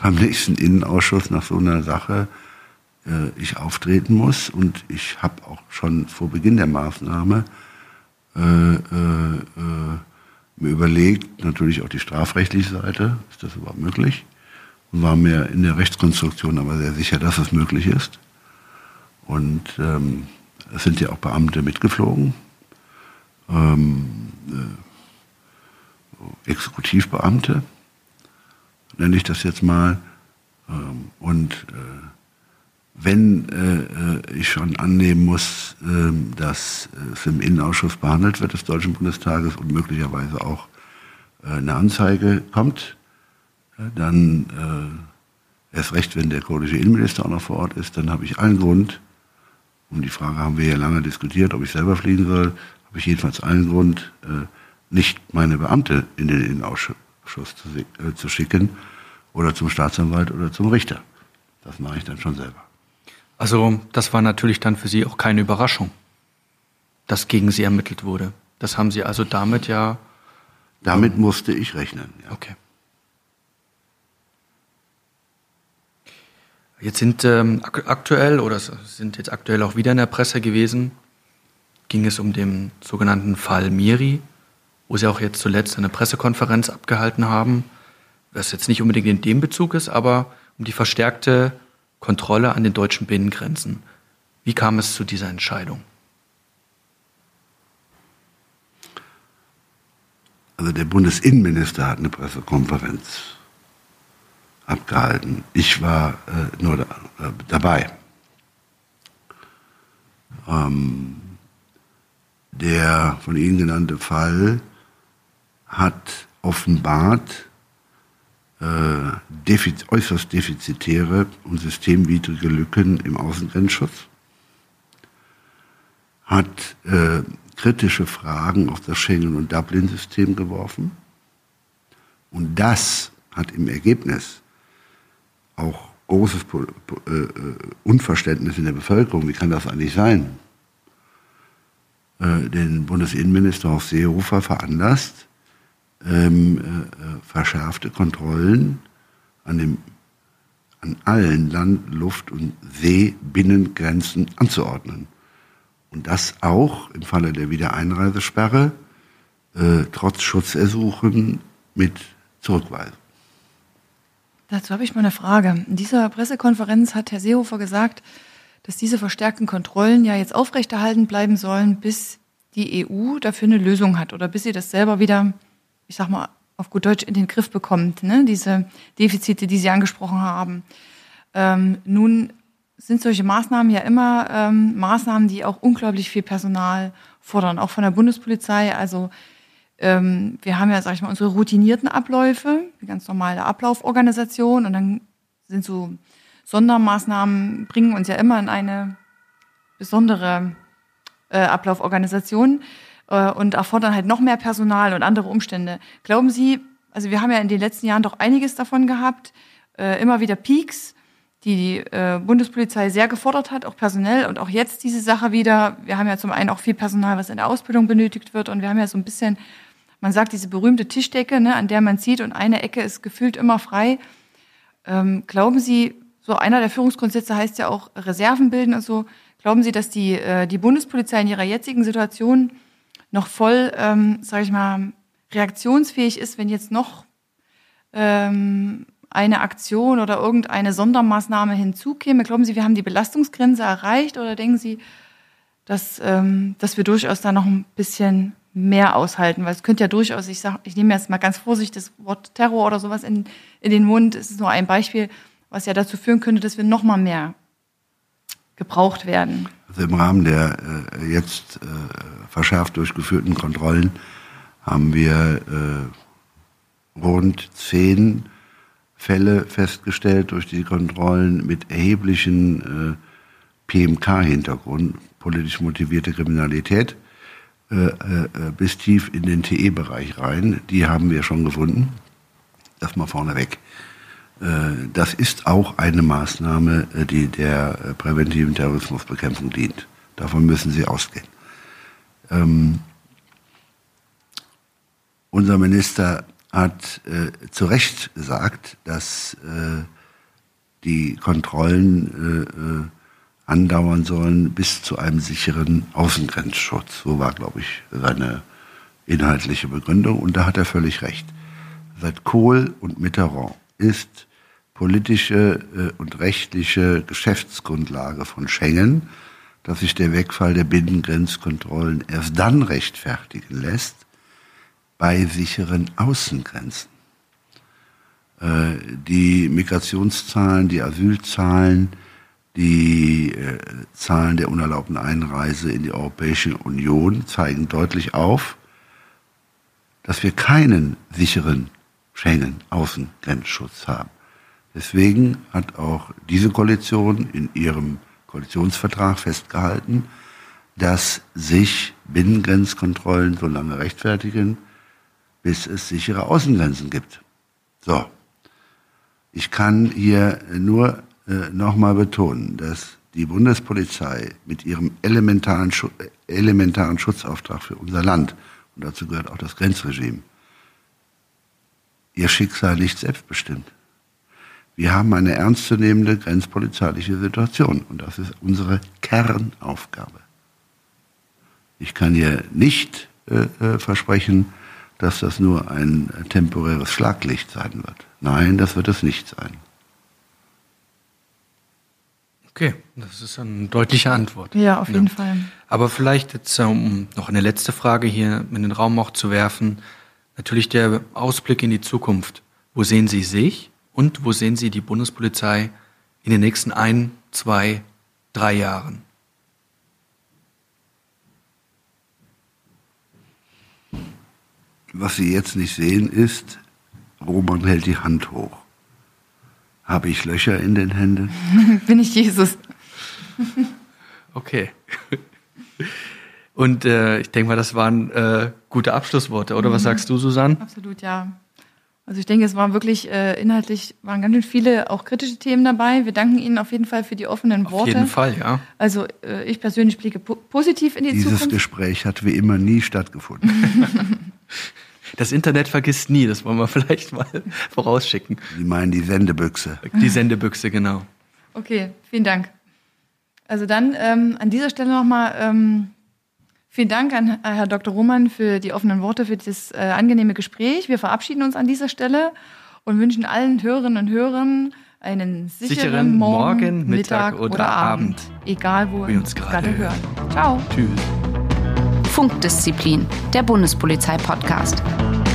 beim nächsten Innenausschuss nach so einer Sache äh, ich auftreten muss. Und ich habe auch schon vor Beginn der Maßnahme äh, äh, äh, mir überlegt, natürlich auch die strafrechtliche Seite, ist das überhaupt möglich? Und war mir in der Rechtskonstruktion aber sehr sicher, dass es möglich ist. Und ähm, es sind ja auch Beamte mitgeflogen, ähm, äh, Exekutivbeamte, nenne ich das jetzt mal. Ähm, und äh, wenn äh, ich schon annehmen muss, äh, dass es im Innenausschuss behandelt wird des Deutschen Bundestages und möglicherweise auch äh, eine Anzeige kommt, äh, dann äh, erst recht, wenn der kurdische Innenminister auch noch vor Ort ist, dann habe ich allen Grund, um die Frage haben wir ja lange diskutiert, ob ich selber fliegen soll, habe ich jedenfalls allen Grund, äh, nicht meine Beamte in den Innenausschuss zu, äh, zu schicken oder zum Staatsanwalt oder zum Richter. Das mache ich dann schon selber. Also das war natürlich dann für Sie auch keine Überraschung, dass gegen Sie ermittelt wurde. Das haben Sie also damit ja... Damit ähm, musste ich rechnen, ja. Okay. Jetzt sind ähm, aktuell, oder sind jetzt aktuell auch wieder in der Presse gewesen, ging es um den sogenannten Fall Miri, wo Sie auch jetzt zuletzt eine Pressekonferenz abgehalten haben, was jetzt nicht unbedingt in dem Bezug ist, aber um die verstärkte Kontrolle an den deutschen Binnengrenzen. Wie kam es zu dieser Entscheidung? Also der Bundesinnenminister hat eine Pressekonferenz abgehalten. Ich war äh, nur da, äh, dabei. Ähm, der von Ihnen genannte Fall hat offenbart äh, defiz- äußerst defizitäre und systemwidrige Lücken im Außengrenzschutz, hat äh, kritische Fragen auf das Schengen- und Dublin-System geworfen. Und das hat im Ergebnis auch großes äh, Unverständnis in der Bevölkerung. Wie kann das eigentlich sein? Äh, den Bundesinnenminister Horst Seehofer veranlasst, ähm, äh, verschärfte Kontrollen an, dem, an allen Land-, Luft- und Seebinnengrenzen anzuordnen. Und das auch im Falle der Wiedereinreisesperre äh, trotz Schutzersuchen mit Zurückweisung. Dazu habe ich mal eine Frage. In dieser Pressekonferenz hat Herr Seehofer gesagt, dass diese verstärkten Kontrollen ja jetzt aufrechterhalten bleiben sollen, bis die E U dafür eine Lösung hat oder bis sie das selber wieder, ich sag mal auf gut Deutsch, in den Griff bekommt, ne? Diese Defizite, die Sie angesprochen haben. Ähm, nun sind solche Maßnahmen ja immer ähm, Maßnahmen, die auch unglaublich viel Personal fordern, auch von der Bundespolizei. Also ähm, wir haben ja, sag ich mal, unsere routinierten Abläufe, die ganz normale Ablauforganisation, und dann sind so Sondermaßnahmen, bringen uns ja immer in eine besondere äh, Ablauforganisation äh, und erfordern halt noch mehr Personal und andere Umstände. Glauben Sie, also wir haben ja in den letzten Jahren doch einiges davon gehabt, äh, immer wieder Peaks, die die äh, Bundespolizei sehr gefordert hat, auch personell, und auch jetzt diese Sache wieder. Wir haben ja zum einen auch viel Personal, was in der Ausbildung benötigt wird, und wir haben ja so ein bisschen, man sagt, diese berühmte Tischdecke, ne, an der man zieht, und eine Ecke ist gefühlt immer frei. Ähm, glauben Sie, so einer der Führungsgrundsätze heißt ja auch Reserven bilden und so, glauben Sie, dass die, äh, die Bundespolizei in ihrer jetzigen Situation noch voll, ähm, sage ich mal, reaktionsfähig ist, wenn jetzt noch ähm, eine Aktion oder irgendeine Sondermaßnahme hinzukäme? Glauben Sie, wir haben die Belastungsgrenze erreicht, oder denken Sie, dass, ähm, dass wir durchaus da noch ein bisschen mehr aushalten? Weil es könnte ja durchaus, ich sag, ich nehme jetzt mal ganz vorsichtig das Wort Terror oder sowas in, in den Mund, es ist nur ein Beispiel, was ja dazu führen könnte, dass wir noch mal mehr gebraucht werden. Also im Rahmen der äh, jetzt äh, verschärft durchgeführten Kontrollen haben wir äh, rund zehn Fälle festgestellt durch die Kontrollen mit erheblichen äh, P M K-Hintergrund, politisch motivierte Kriminalität, äh, äh, bis tief in den T E-Bereich rein. Die haben wir schon gefunden. Das mal vorneweg. Äh, das ist auch eine Maßnahme, äh, die der äh, präventiven Terrorismusbekämpfung dient. Davon müssen Sie ausgehen. Ähm, unser Minister hat äh, zu Recht gesagt, dass äh, die Kontrollen äh, andauern sollen bis zu einem sicheren Außengrenzschutz. So war, glaube ich, seine inhaltliche Begründung. Und da hat er völlig recht. Seit Kohl und Mitterrand ist politische äh, und rechtliche Geschäftsgrundlage von Schengen, dass sich der Wegfall der Binnengrenzkontrollen erst dann rechtfertigen lässt, bei sicheren Außengrenzen. Äh, die Migrationszahlen, die Asylzahlen, die äh, Zahlen der unerlaubten Einreise in die Europäische Union zeigen deutlich auf, dass wir keinen sicheren Schengen-Außengrenzschutz haben. Deswegen hat auch diese Koalition in ihrem Koalitionsvertrag festgehalten, dass sich Binnengrenzkontrollen so lange rechtfertigen, bis es sichere Außengrenzen gibt. So, ich kann hier nur äh, nochmal betonen, dass die Bundespolizei mit ihrem elementaren, Schu- elementaren Schutzauftrag für unser Land, und dazu gehört auch das Grenzregime, ihr Schicksal nicht selbst bestimmt. Wir haben eine ernstzunehmende grenzpolizeiliche Situation und das ist unsere Kernaufgabe. Ich kann hier nicht äh, äh, versprechen, dass das nur ein temporäres Schlaglicht sein wird. Nein, das wird es nicht sein. Okay, das ist eine deutliche Antwort. Ja, auf jeden ja. Fall. Aber vielleicht jetzt, um noch eine letzte Frage hier in den Raum auch zu werfen, natürlich der Ausblick in die Zukunft. Wo sehen Sie sich und wo sehen Sie die Bundespolizei in den nächsten ein, zwei, drei Jahren? Was Sie jetzt nicht sehen ist, Roman hält die Hand hoch. Habe ich Löcher in den Händen? Bin ich Jesus. Okay. Und äh, ich denke mal, das waren äh, gute Abschlussworte, oder? Mhm. Was sagst du, Susanne? Absolut, ja. Also ich denke, es waren wirklich äh, inhaltlich, waren ganz schön viele auch kritische Themen dabei. Wir danken Ihnen auf jeden Fall für die offenen Worte. Auf jeden Fall, ja. Also äh, ich persönlich blicke po- positiv in die Dieses Zukunft. Dieses Gespräch hat wie immer nie stattgefunden. Das Internet vergisst nie, das wollen wir vielleicht mal vorausschicken. Sie meinen die Sendebüchse. Die Sendebüchse, genau. Okay, vielen Dank. Also dann ähm, an dieser Stelle nochmal ähm, vielen Dank an Herr Doktor Roman für die offenen Worte, für das äh, angenehme Gespräch. Wir verabschieden uns an dieser Stelle und wünschen allen Hörerinnen und Hörern einen sicheren, sicheren Morgen, Morgen, Mittag, Mittag oder, oder Abend. Abend. Egal, wo ihr uns gerade hören. Ciao. Tschüss. Funkdisziplin, der Bundespolizei-Podcast.